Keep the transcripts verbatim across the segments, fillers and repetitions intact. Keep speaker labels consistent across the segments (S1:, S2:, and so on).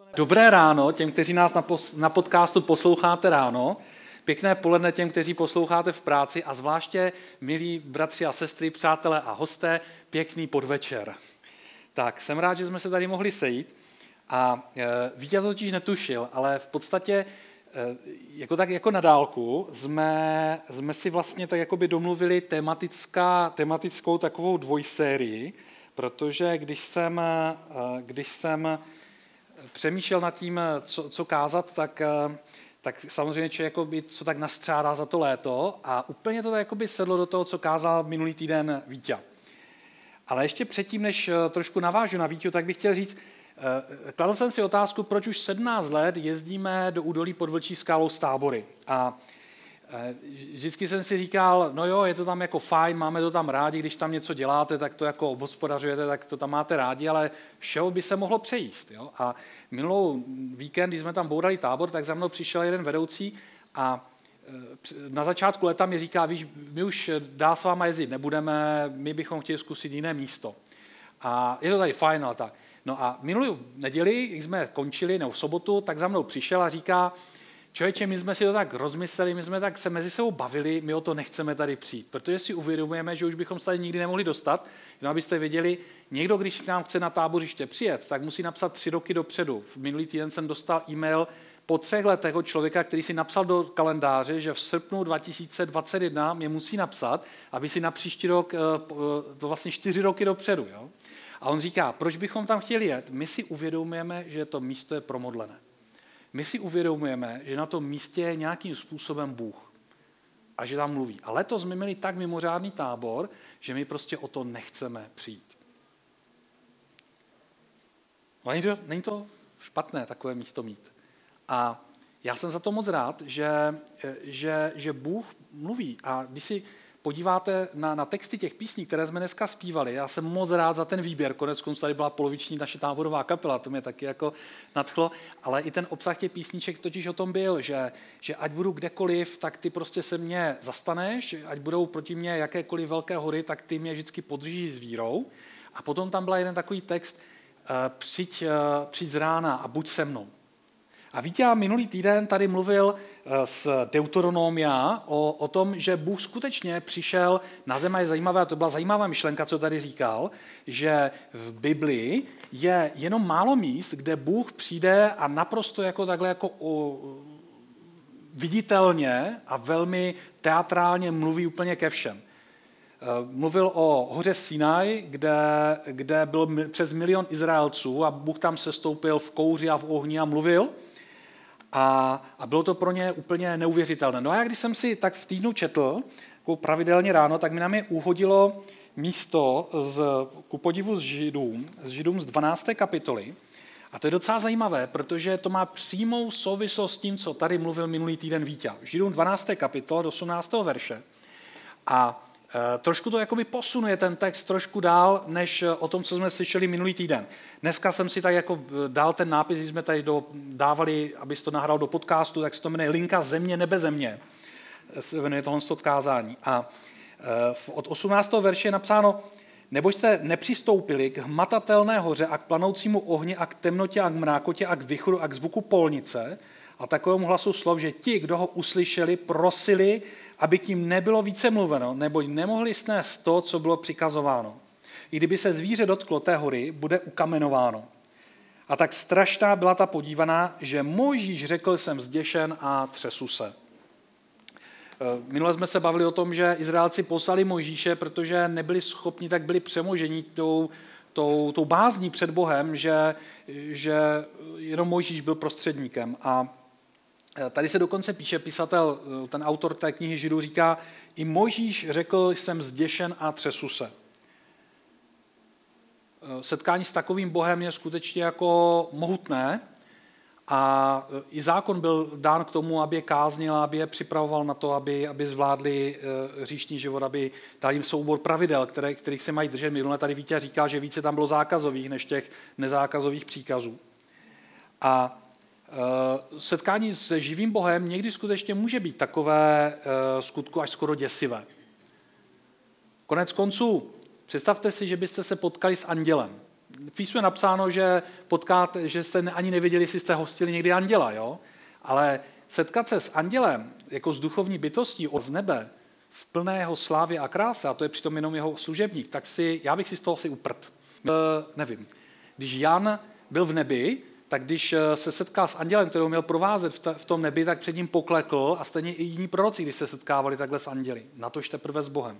S1: Dobré ráno těm, kteří nás na, pos- na podcastu posloucháte ráno. Pěkné poledne těm, kteří posloucháte v práci a zvláště, milí bratři a sestry, přátelé a hosté, pěkný podvečer. Tak, jsem rád, že jsme se tady mohli sejít a e, Vítě to totiž netušil, ale v podstatě e, jako tak jako na dálku jsme, jsme si vlastně tak jakoby domluvili tematická, tematickou takovou dvojsérii, protože když jsem, e, když jsem přemýšlel nad tím, co, co kázat, tak, tak samozřejmě člověk jakoby, co tak nastřádá za to léto a úplně to tak jakoby sedlo do toho, co kázal minulý týden Vítě. Ale ještě předtím, než trošku navážu na Víťu, tak bych chtěl říct, kladl jsem si otázku, proč už sedmnáct let jezdíme do údolí pod Vlčí skálou z Tábory. A vždycky jsem si říkal, no jo, je to tam jako fajn, máme to tam rádi, když tam něco děláte, tak to jako obhospodařujete, tak to tam máte rádi, ale všeho by se mohlo přejíst. Jo? A minulou víkend, když jsme tam bourali Tábor, tak za mnou přišel jeden vedoucí a na začátku leta mi říká, víš, my už dál s váma jezdit nebudeme, my bychom chtěli zkusit jiné místo. A je to tady fajn, ale tak. No a minulou neděli, když jsme končili, nebo v sobotu, tak za mnou přišel a říká, člověče, my jsme si to tak rozmysleli, my jsme tak se mezi sebou bavili, my o to nechceme tady přijít, protože si uvědomujeme, že už bychom se tady nikdy nemohli dostat. Jenom abyste věděli, někdo, když k nám chce na tábořiště přijet, tak musí napsat tři roky dopředu. V minulý týden jsem dostal e-mail po třech letech od člověka, který si napsal do kalendáře, že v srpnu dva tisíce dvacet jedna mě musí napsat, aby si na příští rok, to vlastně čtyři roky dopředu. Jo? A on říká, proč bychom tam chtěli jet? My si uvědomujeme, že to místo je promodlené. My si uvědomujeme, že na tom místě je nějakým způsobem Bůh a že tam mluví. A letos jsme měli tak mimořádný tábor, že my prostě o to nechceme přijít. No, není, to, není to špatné takové místo mít. A já jsem za to moc rád, že, že, že Bůh mluví. A když si podíváte na, na texty těch písní, které jsme dneska zpívali, já jsem moc rád za ten výběr, konec konců tady byla poloviční naše táborová kapela, to mě taky jako nadchlo, ale i ten obsah těch písniček totiž o tom byl, že, že ať budu kdekoliv, tak ty prostě se mě zastaneš, ať budou proti mě jakékoliv velké hory, tak ty mě vždycky podržíš s vírou. A potom tam byl jeden takový text, přijď, přijď z rána a buď se mnou. A Vítě minulý týden tady mluvil z Deuteronomia o, o tom, že Bůh skutečně přišel na zem a je zajímavé, a to byla zajímavá myšlenka, co tady říkal, že v Biblii je jenom málo míst, kde Bůh přijde a naprosto jako takhle jako o, viditelně a velmi teatrálně mluví úplně ke všem. Mluvil o hoře Sinaj, kde, kde byl přes milion Izraelců a Bůh tam sestoupil v kouři a v ohni a mluvil. A, a bylo to pro ně úplně neuvěřitelné. No a já když jsem si tak v týdnu četl, jako pravidelně ráno, tak mi na mě uhodilo místo z, ku podivu z Židům, z Židům z dvanácté kapitoly. A to je docela zajímavé, protože to má přímou souvislost s tím, co tady mluvil minulý týden Vítě. Židům dvanácté kapitola do osmnáctého verše. A trošku to jakoby posunuje ten text trošku dál, než o tom, co jsme slyšeli minulý týden. Dneska jsem si tak jako dal ten nápis, když jsme tady do, dávali, abys to nahrál do podcastu, tak se to jmenuje Linka země, nebe země. Se jmenuje tohle odkázání. A od osmnáctého verše je napsáno, neboť jste nepřistoupili k hmatatelné hoře a k planoucímu ohni a k temnotě a k mrákotě a k vichru a k zvuku polnice a takovému hlasu slov, že ti, kdo ho uslyšeli, prosili, aby tím nebylo více mluveno, neboť nemohli snést to, co bylo přikazováno. I kdyby se zvíře dotklo té hory, bude ukamenováno. A tak strašná byla ta podívaná, že Mojžíš řekl, jsem zděšen a třesu se. Minule jsme se bavili o tom, že Izraelci poslali Mojžíše, protože nebyli schopni, tak byli přemoženi tou, tou, tou bázní před Bohem, že, že jenom Mojžíš byl prostředníkem. A tady se dokonce píše písatel, ten autor té knihy Židů říká, i Mojžíš řekl, jsem zděšen a třesu se. Setkání s takovým Bohem je skutečně jako mohutné a i zákon byl dán k tomu, aby je káznil, aby je připravoval na to, aby, aby zvládli hříšný život, aby dal jim soubor pravidel, které, kterých se mají držet. Minule tady Vítě říká, že více tam bylo zákazových než těch nezákazových příkazů. A setkání s živým Bohem někdy skutečně může být takové skutku až skoro děsivé. Konec konců, představte si, že byste se potkali s andělem. V písmu je napsáno, že, potkáte, že jste ani nevěděli, jestli jste hostili někdy anděla, jo? Ale setkat se s andělem, jako s duchovní bytostí od z nebe, v plné jeho slávě a kráse, a to je přitom jenom jeho služebník, tak si, já bych si z toho asi uprt. E, nevím. Když Jan byl v nebi, tak když se setká s andělem, který ho měl provázet v, ta, v tom nebi, tak před ním poklekl a stejně i jiní proroci, když se setkávali takhle s anděli. Natož teprve s Bohem.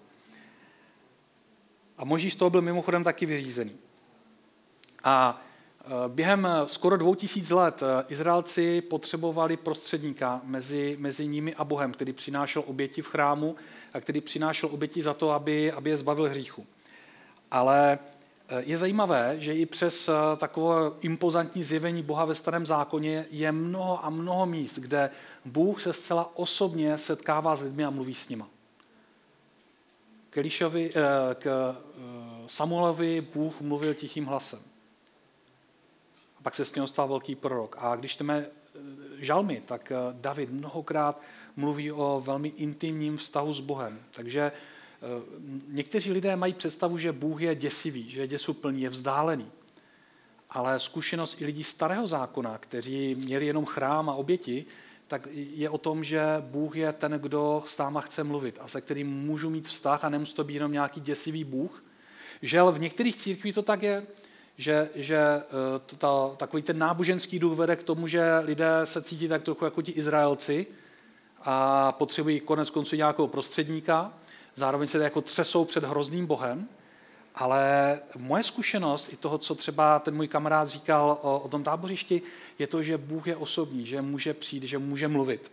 S1: A Mojžíš z toho byl mimochodem taky vyřízený. A během skoro dvou tisíc let Izraelci potřebovali prostředníka mezi, mezi nimi a Bohem, který přinášel oběti v chrámu a který přinášel oběti za to, aby, aby je zbavil hříchu. Ale je zajímavé, že i přes takové impozantní zjevení Boha ve Starém zákoně je mnoho a mnoho míst, kde Bůh se zcela osobně setkává s lidmi a mluví s nima. K Elišovi, k Samuelovi Bůh mluvil tichým hlasem. A pak se s něho stal velký prorok. A když čteme žalmy, tak David mnohokrát mluví o velmi intimním vztahu s Bohem. Takže někteří lidé mají představu, že Bůh je děsivý, že je děsuplný, je vzdálený. Ale zkušenost i lidí Starého zákona, kteří měli jenom chrám a oběti, tak je o tom, že Bůh je ten, kdo s náma chce mluvit a se kterým můžu mít vztah a nemusí to být jenom nějaký děsivý Bůh. Žel v některých církvích to tak je, že, že to, ta, takový ten náboženský duch vede k tomu, že lidé se cítí tak trochu jako ti Izraelci a potřebují konec konců nějakého prostředníka, zároveň se jako třesou před hrozným Bohem, ale moje zkušenost i toho, co třeba ten můj kamarád říkal o, o tom tábořišti, je to, že Bůh je osobní, že může přijít, že může mluvit.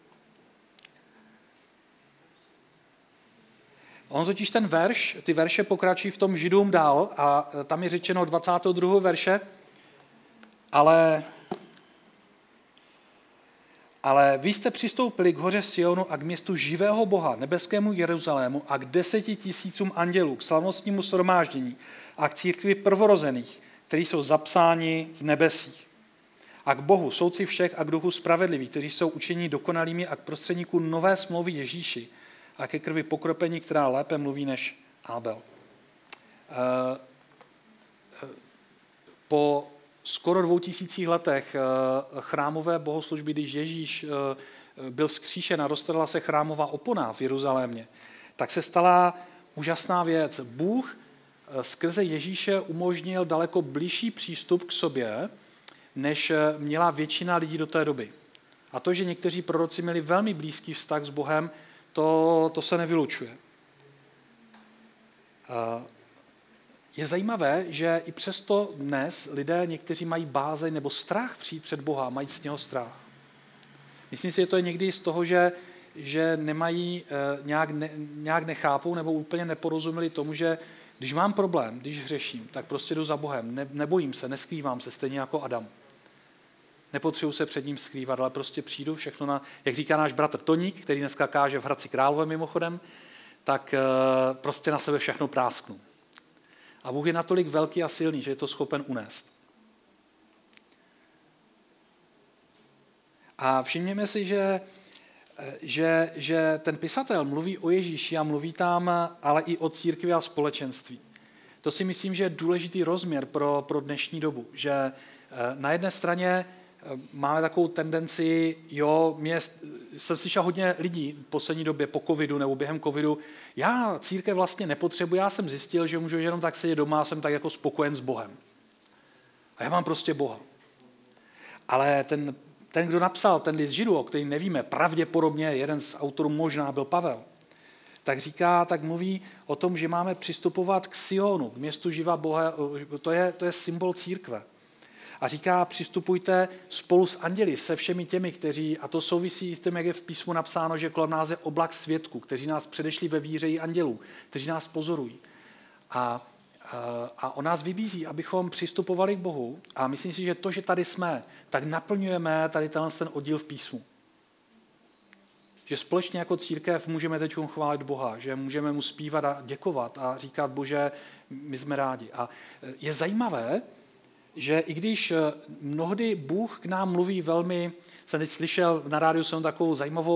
S1: On totiž ten verš, ty verše pokračují v tom Židům dál a tam je řečeno dvacátého druhého verše, ale, ale vy jste přistoupili k hoře Sionu a k městu živého Boha, nebeskému Jeruzalému a k deseti tisícům andělů, k slavnostnímu shromáždění a k církvi prvorozených, kteří jsou zapsáni v nebesích. A k Bohu, soudci všech a k duchu spravedlivých, kteří jsou učení dokonalými a k prostředníku nové smlouvy Ježíši a ke krvi pokropení, která lépe mluví než Ábel. Po skoro dvou tisících letech chrámové bohoslužby, když Ježíš byl vzkříšen a roztrhla se chrámová opona v Jeruzalémě, tak se stala úžasná věc. Bůh skrze Ježíše umožnil daleko bližší přístup k sobě, než měla většina lidí do té doby. A to, že někteří proroci měli velmi blízký vztah s Bohem, to, to se nevylučuje. Je zajímavé, že i přesto dnes lidé někteří mají bázeň nebo strach přijít před Boha, mají z něho strach. Myslím si, že to je někdy z toho, že, že nemají, nějak, ne, nějak nechápou nebo úplně neporozuměli tomu, že když mám problém, když hřeším, tak prostě jdu za Bohem. Ne, nebojím se, neskrývám se, stejně jako Adam. Nepotřebuji se před ním skrývat, ale prostě přijdu všechno na, jak říká náš bratr Toník, který dneska káže v Hradci Králové mimochodem, tak prostě na sebe všechno prásknu. A Bůh je natolik velký a silný, že je to schopen unést. A všimněme si, že, že, že ten pisatel mluví o Ježíši a mluví tam ale i o církvi a společenství. To si myslím, že je důležitý rozměr pro, pro dnešní dobu, že na jedné straně máme takovou tendenci, jo, mě, jsem slyšel hodně lidí v poslední době po covidu nebo během covidu, já církev vlastně nepotřebuji, já jsem zjistil, že můžu jenom tak sedět doma a jsem tak jako spokojen s Bohem. A já mám prostě Boha. Ale ten, ten kdo napsal ten list Židů, o kterým nevíme, pravděpodobně jeden z autorů možná byl Pavel, tak říká, tak mluví o tom, že máme přistupovat k Sionu, k městu živa Boha, to je, to je symbol církve. A říká, přistupujte spolu s anděli, se všemi těmi, kteří, a to souvisí s tím, jak je v písmu napsáno, že kolem nás je oblak svědků, kteří nás předešli ve víře i andělů, kteří nás pozorují. A, a on nás vybízí, abychom přistupovali k Bohu a myslím si, že to, že tady jsme, tak naplňujeme tady ten oddíl v písmu. Že společně jako církev můžeme teď chválit Boha, že můžeme mu zpívat a děkovat a říkat, Bože, my jsme rádi. A je zajímavé, že i když mnohdy Bůh k nám mluví velmi, jsem teď slyšel, na rádiu jsem takovou zajímavou,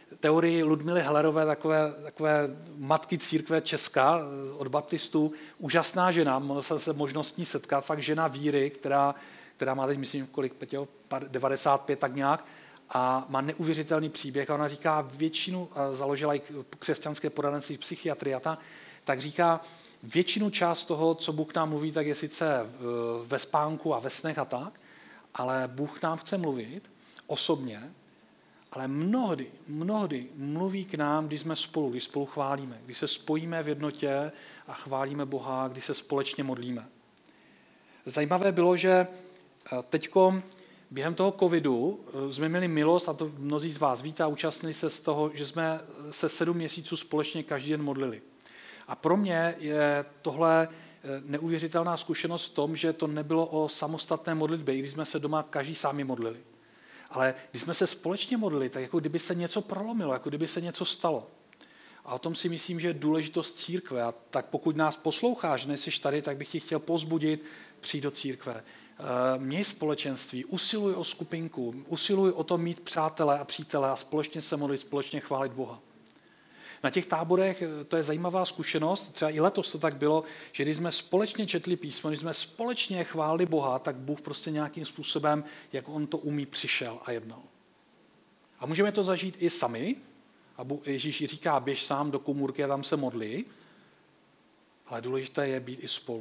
S1: teorii Ludmily Hellerové, takové, takové matky církve Česka od baptistů, úžasná žena, mohl jsem se možnost s ní setkat, fakt žena víry, která, která má teď, myslím, kolik, Peťo, devadesát pět tak nějak, a má neuvěřitelný příběh. A ona říká, většinu, založila i křesťanské poradenství v psychiatrii a ta, tak říká, většinu část toho, co Bůh nám mluví, tak je sice ve spánku a ve snech a tak, ale Bůh nám chce mluvit osobně, ale mnohdy, mnohdy mluví k nám, když jsme spolu, když spolu chválíme, když se spojíme v jednotě a chválíme Boha, když se společně modlíme. Zajímavé bylo, že teďko během toho covidu jsme měli milost, a to mnozí z vás víte, a účastnili se z toho, že jsme se sedm měsíců společně každý den modlili. A pro mě je tohle neuvěřitelná zkušenost v tom, že to nebylo o samostatné modlitbě, i když jsme se doma každý sami modlili. Ale když jsme se společně modlili, tak jako kdyby se něco prolomilo, jako kdyby se něco stalo. A o tom si myslím, že je důležitost církve. A tak pokud nás posloucháš, nejsi tady, tak bych ti chtěl povzbudit, přijít do církve. Měj společenství, usiluj o skupinku, usiluj o to mít přátele a přítele a společně se modlit, společně chválit Boha. Na těch táborech to je zajímavá zkušenost, třeba i letos to tak bylo, že když jsme společně četli písmo, když jsme společně chválili Boha, tak Bůh prostě nějakým způsobem, jak on to umí, přišel a jednal. A můžeme to zažít i sami. A Ježíš říká, běž sám do komůrky a tam se modlí, ale důležité je být i spolu.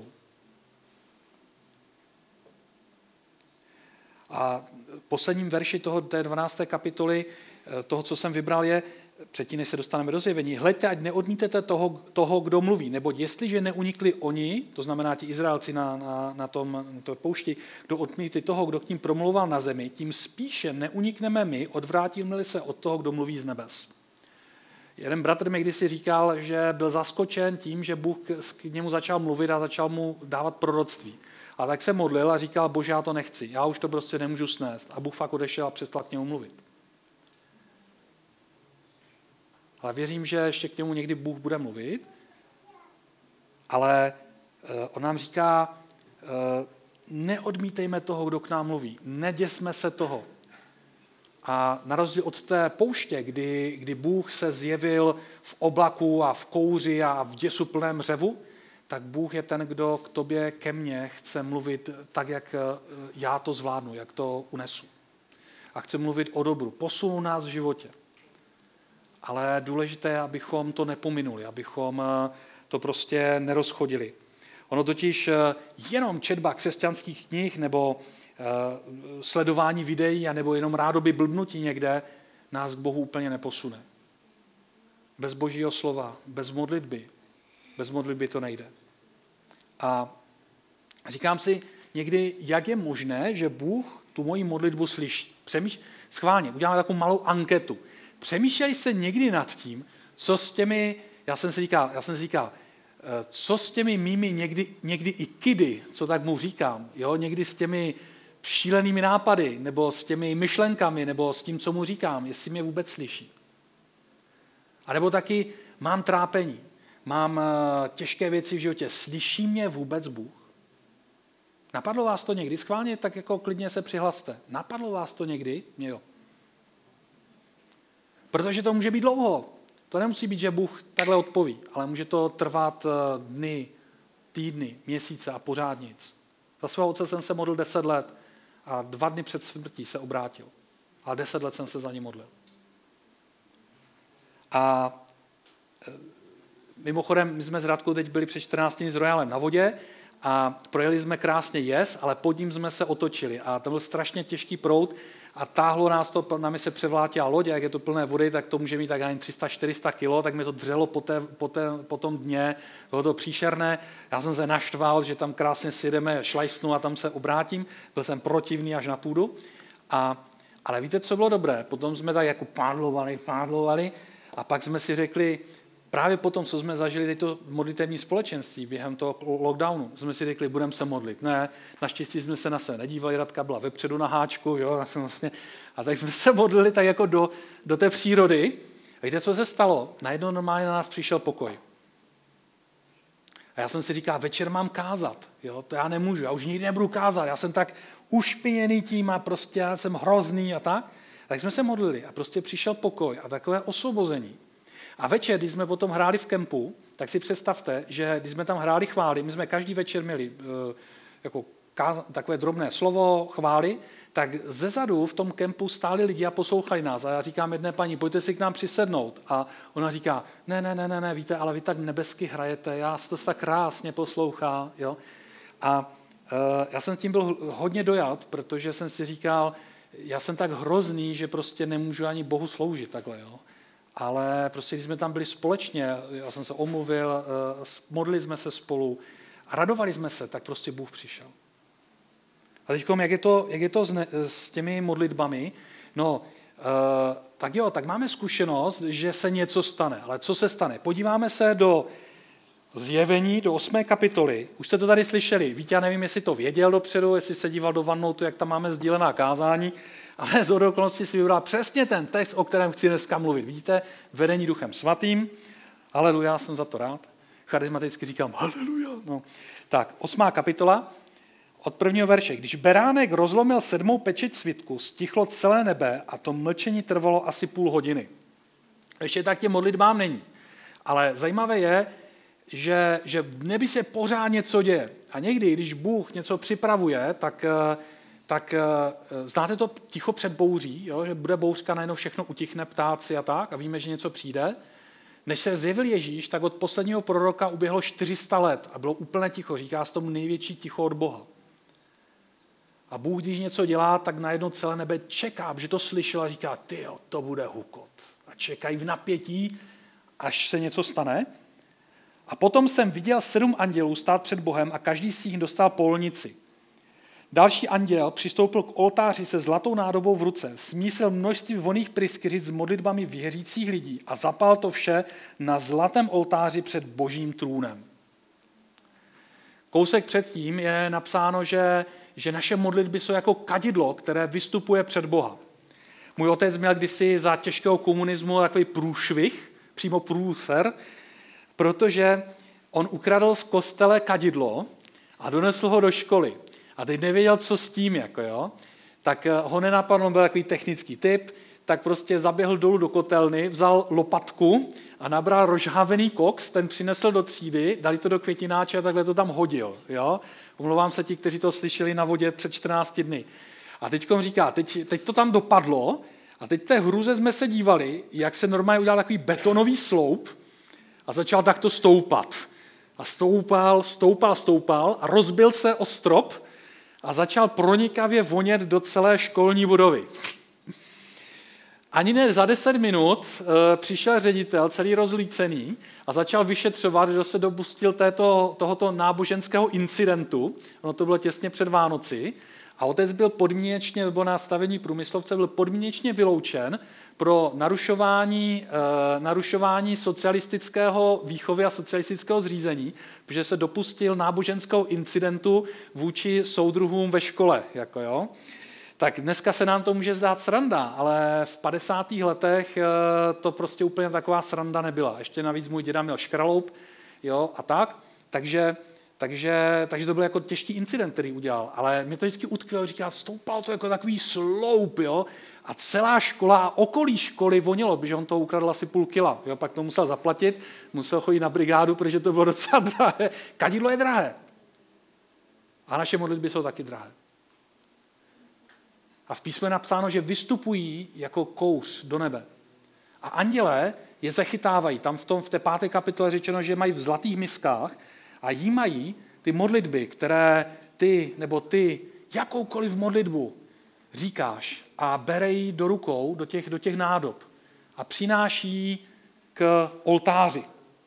S1: A posledním verši toho, té dvanácté kapitoly, toho, co jsem vybral, je, předtím, než se dostaneme do zjevení, hleďte, ať neodmítete toho, toho, kdo mluví, neboť jestliže neunikli oni, to znamená ti Izraelci na, na, na tom na to poušti, kdo odmítli toho, kdo k ním promluval na zemi, tím spíše neunikneme my, odvrátíme-li se od toho, kdo mluví z nebes. Jeden bratr mi kdysi říkal, že byl zaskočen tím, že Bůh k němu začal mluvit a začal mu dávat proroctví. A tak se modlil a říkal, Bože, já to nechci, já už to prostě nemůžu snést. A Bůh fakt odešel a přestal k němu mluvit. Ale věřím, že ještě k němu někdy Bůh bude mluvit, ale on nám říká, neodmítejme toho, kdo k nám mluví, neděsme se toho. A na rozdíl od té pouště, kdy, kdy Bůh se zjevil v oblaku a v kouři a v děsu plném řevu, tak Bůh je ten, kdo k tobě, ke mně chce mluvit tak, jak já to zvládnu, jak to unesu. A chce mluvit o dobru, posunu nás v životě. Ale důležité je, abychom to nepominuli, abychom to prostě nerozchodili. Ono totiž jenom četba křesťanských knih nebo sledování videí nebo jenom rádoby blbnutí někde nás k Bohu úplně neposune. Bez Božího slova, bez modlitby, bez modlitby to nejde. A říkám si někdy, jak je možné, že Bůh tu moji modlitbu slyší. Přemýš... Schválně, uděláme takovou malou anketu. Přemýšlej se někdy nad tím, co s těmi, já jsem si říkal, já jsem si říkal, co s těmi mými někdy, někdy i kidy, co tak mu říkám, jo, někdy s těmi šílenými nápady, nebo s těmi myšlenkami, nebo s tím, co mu říkám, jestli mě vůbec slyší. A nebo taky mám trápení, mám těžké věci v životě, slyší mě vůbec Bůh? Napadlo vás to někdy? Schválně tak jako klidně se přihlaste. Napadlo vás to někdy? Mě jo. Protože to může být dlouho. To nemusí být, že Bůh takhle odpoví, ale může to trvat dny, týdny, měsíce a pořád nic. Za svého otce jsem se modlil deset let a dva dny před smrtí se obrátil. A deset let jsem se za ně modlil. A mimochodem, my jsme s Radkou teď byli před čtrnácti dny s Royalem na vodě a projeli jsme krásně jez, ale pod ním jsme se otočili. A to byl strašně těžký proud a táhlo nás to, námi se převlátila loď, jak je to plné vody, tak to může mít tak ani tři sta čtyři sta kilo, tak mi to dřelo po, té, po, té, po tom dně, bylo to příšerné. Já jsem se naštval, že tam krásně sjedeme, šlajsnu a tam se obrátím. Byl jsem protivný až na půdu. A, ale víte, co bylo dobré? Potom jsme tak jako pádlovali, pádlovali a pak jsme si řekli, právě potom, co jsme zažili tyto modlitevní společenství během toho lockdownu, jsme si řekli, budeme se modlit. Ne, naštěstí jsme se na se nedívali, Radka byla vepředu na háčku, jo, vlastně. A tak jsme se modlili tak jako do, do té přírody. A víte, co se stalo? Najednou normálně na nás přišel pokoj. A já jsem si říkal, večer mám kázat, jo, to já nemůžu, já už nikdy nebudu kázat, já jsem tak ušpiněný tím a prostě já jsem hrozný a tak. Tak jsme se modlili a prostě přišel pokoj a takové osvobození. A večer, když jsme potom hráli v kempu, tak si představte, že když jsme tam hráli chvály, my jsme každý večer měli jako káz, takové drobné slovo, chvály, tak zezadu v tom kempu stáli lidi a poslouchali nás. A já říkám jedné paní, pojďte si k nám přisednout. A ona říká, ne, ne, ne, ne, ne, víte, ale vy tak nebesky hrajete, já se to tak krásně poslouchá. Jo? A e, já jsem s tím byl hodně dojat, protože jsem si říkal, já jsem tak hrozný, že prostě nemůžu ani Bohu sloužit takhle. Jo? Ale prostě, když jsme tam byli společně, já jsem se omluvil, e, modlili jsme se spolu a radovali jsme se, tak prostě Bůh přišel. A teď, jak je to, jak je to s, ne, s těmi modlitbami? No, e, tak jo, tak máme zkušenost, že se něco stane. Ale co se stane? Podíváme se do Zjevení, do osmé kapitoly. Už jste to tady slyšeli. Víte, já nevím, jestli to věděl dopředu, jestli se díval do OneNote, jak tam máme sdílená kázání, ale z okolností si vybral přesně ten text, o kterém chci dneska mluvit. Vidíte? Vedení Duchem Svatým. Haleluja, jsem za to rád. Charismaticky říkám haleluja. No. Tak, osmá kapitola. Od prvního verše. Když beránek rozlomil sedmou pečeť svitku, stichlo celé nebe a to mlčení trvalo asi půl hodiny. Ještě tak těm modlitbám není. Ale zajímavé je, že, že v nebi se pořád něco děje. A někdy, když Bůh něco připravuje, tak, tak znáte to ticho před bouří, jo? Že bude bouřka, najednou všechno utichne, ptáci a tak, a víme, že něco přijde. Než se zjevil Ježíš, tak od posledního proroka uběhlo čtyři sta let a bylo úplně ticho. Říká se tomu největší ticho od Boha. A Bůh, když něco dělá, tak najednou celé nebe čeká, že to slyšel a říká, tyjo, to bude hukot. A čekají v napětí, až se něco stane. A potom jsem viděl sedm andělů stát před Bohem a každý z nich dostal polnici. Další anděl přistoupil k oltáři se zlatou nádobou v ruce, smísil množství vonných pryskyřic s modlitbami věřících lidí a zapal to vše na zlatém oltáři před Božím trůnem. Kousek předtím je napsáno, že, že naše modlitby jsou jako kadidlo, které vystupuje před Boha. Můj otec měl kdysi za těžkého komunismu takový průšvih, přímo průser, protože on ukradl v kostele kadidlo a donesl ho do školy. A teď nevěděl, co s tím, jako jo. Tak ho nenapadl, on byl takový technický typ, tak prostě zaběhl dolů do kotelny, vzal lopatku a nabral rozžhávený koks, ten přinesl do třídy, dali to do květináče a takhle to tam hodil. Jo? Omlouvám se ti, kteří to slyšeli na vodě před čtrnácti dny. A teďkom říká, teď, teď to tam dopadlo a teď té hruze jsme se dívali, jak se normálně udělal takový betonový sloup a začal takto stoupat. A stoupal, stoupal, stoupal a rozbil se o strop a začal pronikavě vonět do celé školní budovy. Ani ne za deset minut e, přišel ředitel, celý rozlícený, a začal vyšetřovat, kdo se dopustil této, tohoto náboženského incidentu. Ono to bylo těsně před Vánoci. A otec byl podmínečně, nebo na stavení průmyslovce, byl podmínečně vyloučen pro narušování, e, narušování socialistického výchovy a socialistického zřízení, protože se dopustil náboženského incidentu vůči soudruhům ve škole. Jako jo. Tak dneska se nám to může zdát sranda, ale v padesátých letech to prostě úplně taková sranda nebyla. Ještě navíc můj děda měl škraloup, jo, a tak. Takže, takže, takže to byl jako těžký incident, který udělal. Ale mě to vždycky utkvělo, říká, stoupal to jako takový sloup, jo, a celá škola a okolí školy vonilo, protože on to ukradl asi půl kila. Jo, pak to musel zaplatit, musel chodit na brigádu, protože to bylo docela drahé. Kadidlo je drahé. A naše modlitby jsou taky drahé. A v písmu je napsáno, že vystupují jako kouř do nebe. A andělé je zachytávají. Tam v, tom, v té páté kapitole řečeno, že mají v zlatých miskách a jímají ty modlitby, které ty nebo ty jakoukoliv modlitbu říkáš a bere ji do rukou, do těch, do těch nádob a přináší k oltáři.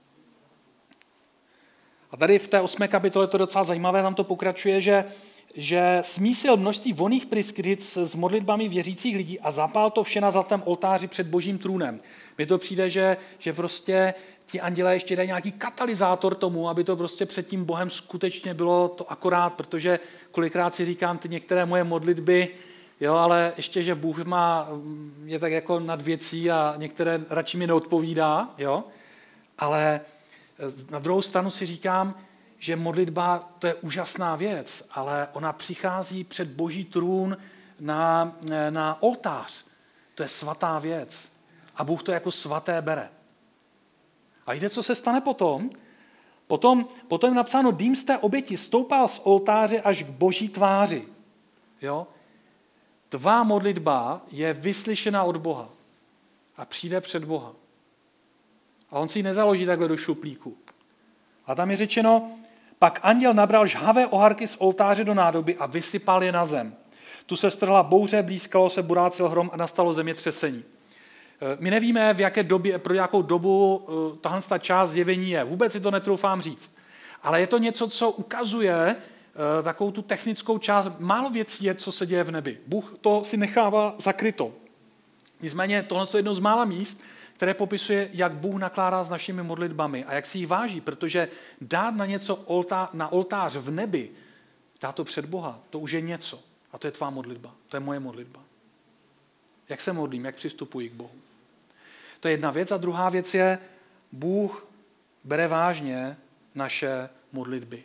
S1: A tady v té osmé kapitole to je docela zajímavé, tam to pokračuje, že že smísil množství vonných pryskyřic s modlitbami věřících lidí a zapál to vše na zlatém oltáři před Božím trůnem. Mně to přijde, že, že prostě ti andělé ještě dají nějaký katalyzátor tomu, aby to prostě před tím Bohem skutečně bylo to akorát, protože kolikrát si říkám ty některé moje modlitby, jo, ale ještě, že Bůh má, je tak jako nad věcí a některé radši mi neodpovídá, jo, ale na druhou stranu si říkám, že modlitba to je úžasná věc, ale ona přichází před Boží trůn na, na oltář. To je svatá věc. A Bůh to jako svaté bere. A víte, co se stane potom? Potom, potom je napsáno, dým z té oběti stoupal z oltáře až k boží tváři. Jo? Tvá modlitba je vyslyšena od Boha a přijde před Boha. A on si ji nezaloží takhle do šuplíku. A tam je řečeno, pak anděl nabral žhavé oharky z oltáře do nádoby a vysypal je na zem. Tu se strhla bouře, blízkalo se, burácil hrom a nastalo zemětřesení. My nevíme, v jaké době, pro jakou dobu tahle ta část zjevení je. Vůbec si to netroufám říct. Ale je to něco, co ukazuje takovou tu technickou část. Málo věcí je, co se děje v nebi. Bůh to si nechává zakryto. Nicméně tohle je jedno z mála míst, které popisuje, jak Bůh nakládá s našimi modlitbami a jak si ji váží, protože dát na něco oltá, na oltář v nebi, dát to před Boha, to už je něco. A to je tvá modlitba, to je moje modlitba. Jak se modlím, jak přistupuji k Bohu. To je jedna věc. A druhá věc je, Bůh bere vážně naše modlitby.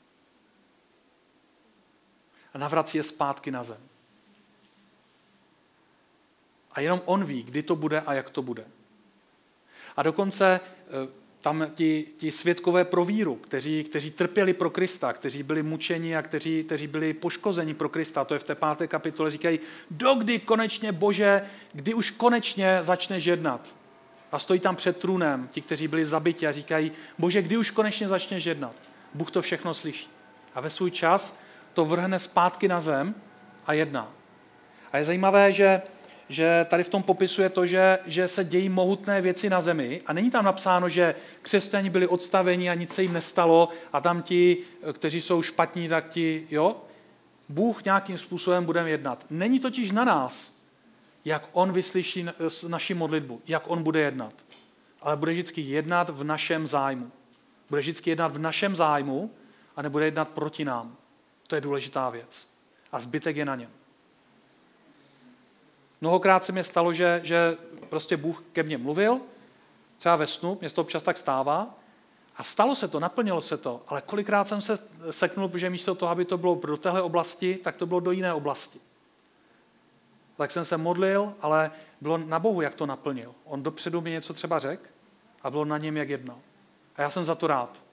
S1: A navrací je zpátky na zem. A jenom on ví, kdy to bude a jak to bude. A dokonce tam ti, ti svědkové pro víru, kteří, kteří trpěli pro Krista, kteří byli mučeni a kteří, kteří byli poškozeni pro Krista, to je v té páté kapitole, říkají, dokdy konečně, Bože, kdy už konečně začneš jednat. A stojí tam před trůnem ti, kteří byli zabiti a říkají, Bože, kdy už konečně začneš jednat. Bůh to všechno slyší. A ve svůj čas to vrhne zpátky na zem a jedná. A je zajímavé, že že tady v tom popisuje to, že, že se dějí mohutné věci na zemi a není tam napsáno, že křesťani byli odstaveni a nic se jim nestalo a tam ti, kteří jsou špatní, tak ti, jo, Bůh nějakým způsobem bude jednat. Není totiž na nás, jak on vyslyší naši modlitbu, jak on bude jednat, ale bude vždycky jednat v našem zájmu. Bude vždycky jednat v našem zájmu a nebude jednat proti nám. To je důležitá věc. A zbytek je na něm. Mnohokrát se mi stalo, že, že prostě Bůh ke mně mluvil, třeba ve snu, mě to občas tak stává, a stalo se to, naplnilo se to, ale kolikrát jsem se seknul, protože místo toho, aby to bylo do téhle oblasti, tak to bylo do jiné oblasti. Tak jsem se modlil, ale bylo na Bohu, jak to naplnil. On dopředu mi něco třeba řekl a bylo na něm, jak jednal. A já jsem za to rád.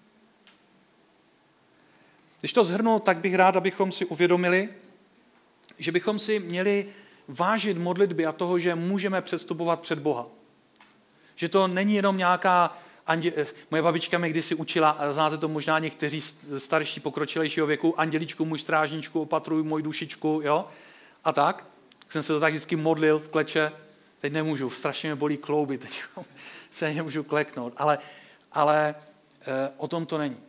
S1: Když to shrnu, tak bych rád, abychom si uvědomili, že bychom si měli vážit modlitby a toho, že můžeme předstupovat před Boha. Že to není jenom nějaká... Andě... Moje babička mě kdysi učila, znáte to možná někteří starší, pokročilejšího věku, anděličku, můj strážničku, opatruj moji dušičku, jo? A tak. Jsem se to tak vždycky modlil v kleče. Teď nemůžu, strašně mě bolí klouby, teď se nemůžu kleknout. Ale, ale e, o tom to není.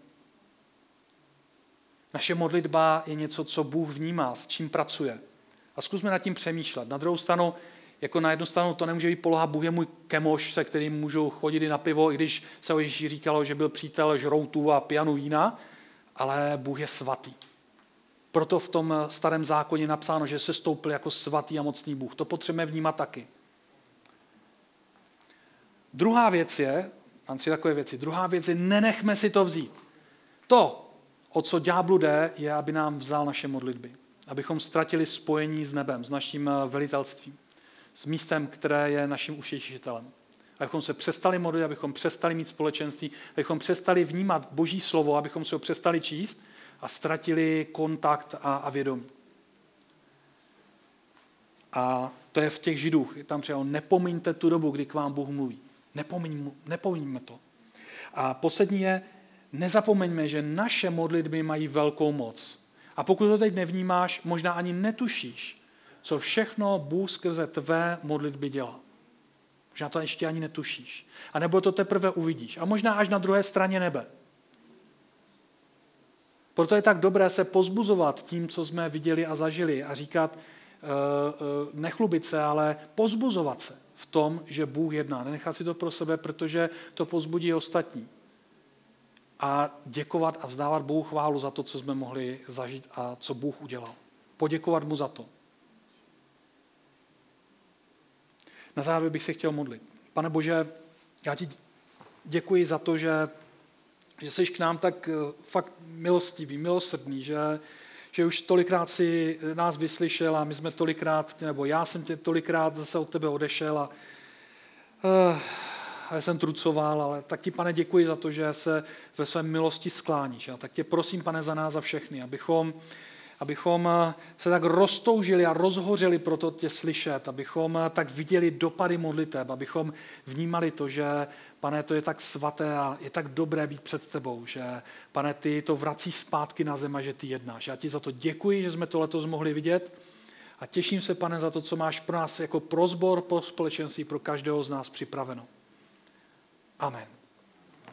S1: Naše modlitba je něco, co Bůh vnímá, s čím pracuje. A zkusme nad tím přemýšlet. Na druhou stranu, jako na jednu stranu to nemůže být poloha, Bůh je můj kemoš, se kterým můžu chodit i na pivo, i když se o Ježíši říkalo, že byl přítel žroutů a pijanu vína, ale Bůh je svatý. Proto v tom starém zákoně napsáno, že se stoupil jako svatý a mocný Bůh. To potřebujeme vnímat taky. Druhá věc je, mám tři takové věci, druhá věc je, nenechme si to vzít. To, o co ďáblu jde, je, aby nám vzal naše modlitby. Abychom ztratili spojení s nebem, s naším velitelstvím, s místem, které je naším uštěšitelem. Abychom se přestali modlit, abychom přestali mít společenství, abychom přestali vnímat Boží slovo, abychom se ho přestali číst a ztratili kontakt a, a vědomí. A to je v těch Židů. Je tam třeba, nepomiňte tu dobu, kdy k vám Bůh mluví. Nepomiň, nepomiňme to. A poslední je, nezapomeňme, že naše modlitby mají velkou moc. A pokud to teď nevnímáš, možná ani netušíš, co všechno Bůh skrze tvé modlitby dělá. Možná to ještě ani netušíš. A nebo to teprve uvidíš. A možná až na druhé straně nebe. Proto je tak dobré se pozbuzovat tím, co jsme viděli a zažili a říkat, nechlubit se, ale pozbuzovat se v tom, že Bůh jedná. Nenechat si to pro sebe, protože to pozbudí ostatní. A děkovat a vzdávat Bohu chválu za to, co jsme mohli zažít a co Bůh udělal. Poděkovat mu za to. Na závěr bych se chtěl modlit. Pane Bože, já ti děkuji za to, že, že jsi k nám tak fakt milostivý, milosrdný, že, že už tolikrát si nás vyslyšel a my jsme tolikrát, nebo já jsem tě tolikrát zase od tebe odešel a, uh, a já jsem trucoval, ale tak ti, Pane, děkuji za to, že se ve své milosti skláníš. A tak tě prosím, Pane, za nás, za všechny, abychom, abychom se tak roztoužili a rozhořeli pro to tě slyšet, abychom tak viděli dopady modliteb, abychom vnímali to, že, Pane, to je tak svaté a je tak dobré být před tebou, že, Pane, ty to vrací zpátky na zem a že ty jednáš. Já ti za to děkuji, že jsme to letos mohli vidět a těším se, Pane, za to, co máš pro nás jako pro sbor, pro společenství, pro každého z nás připraveno. Amen.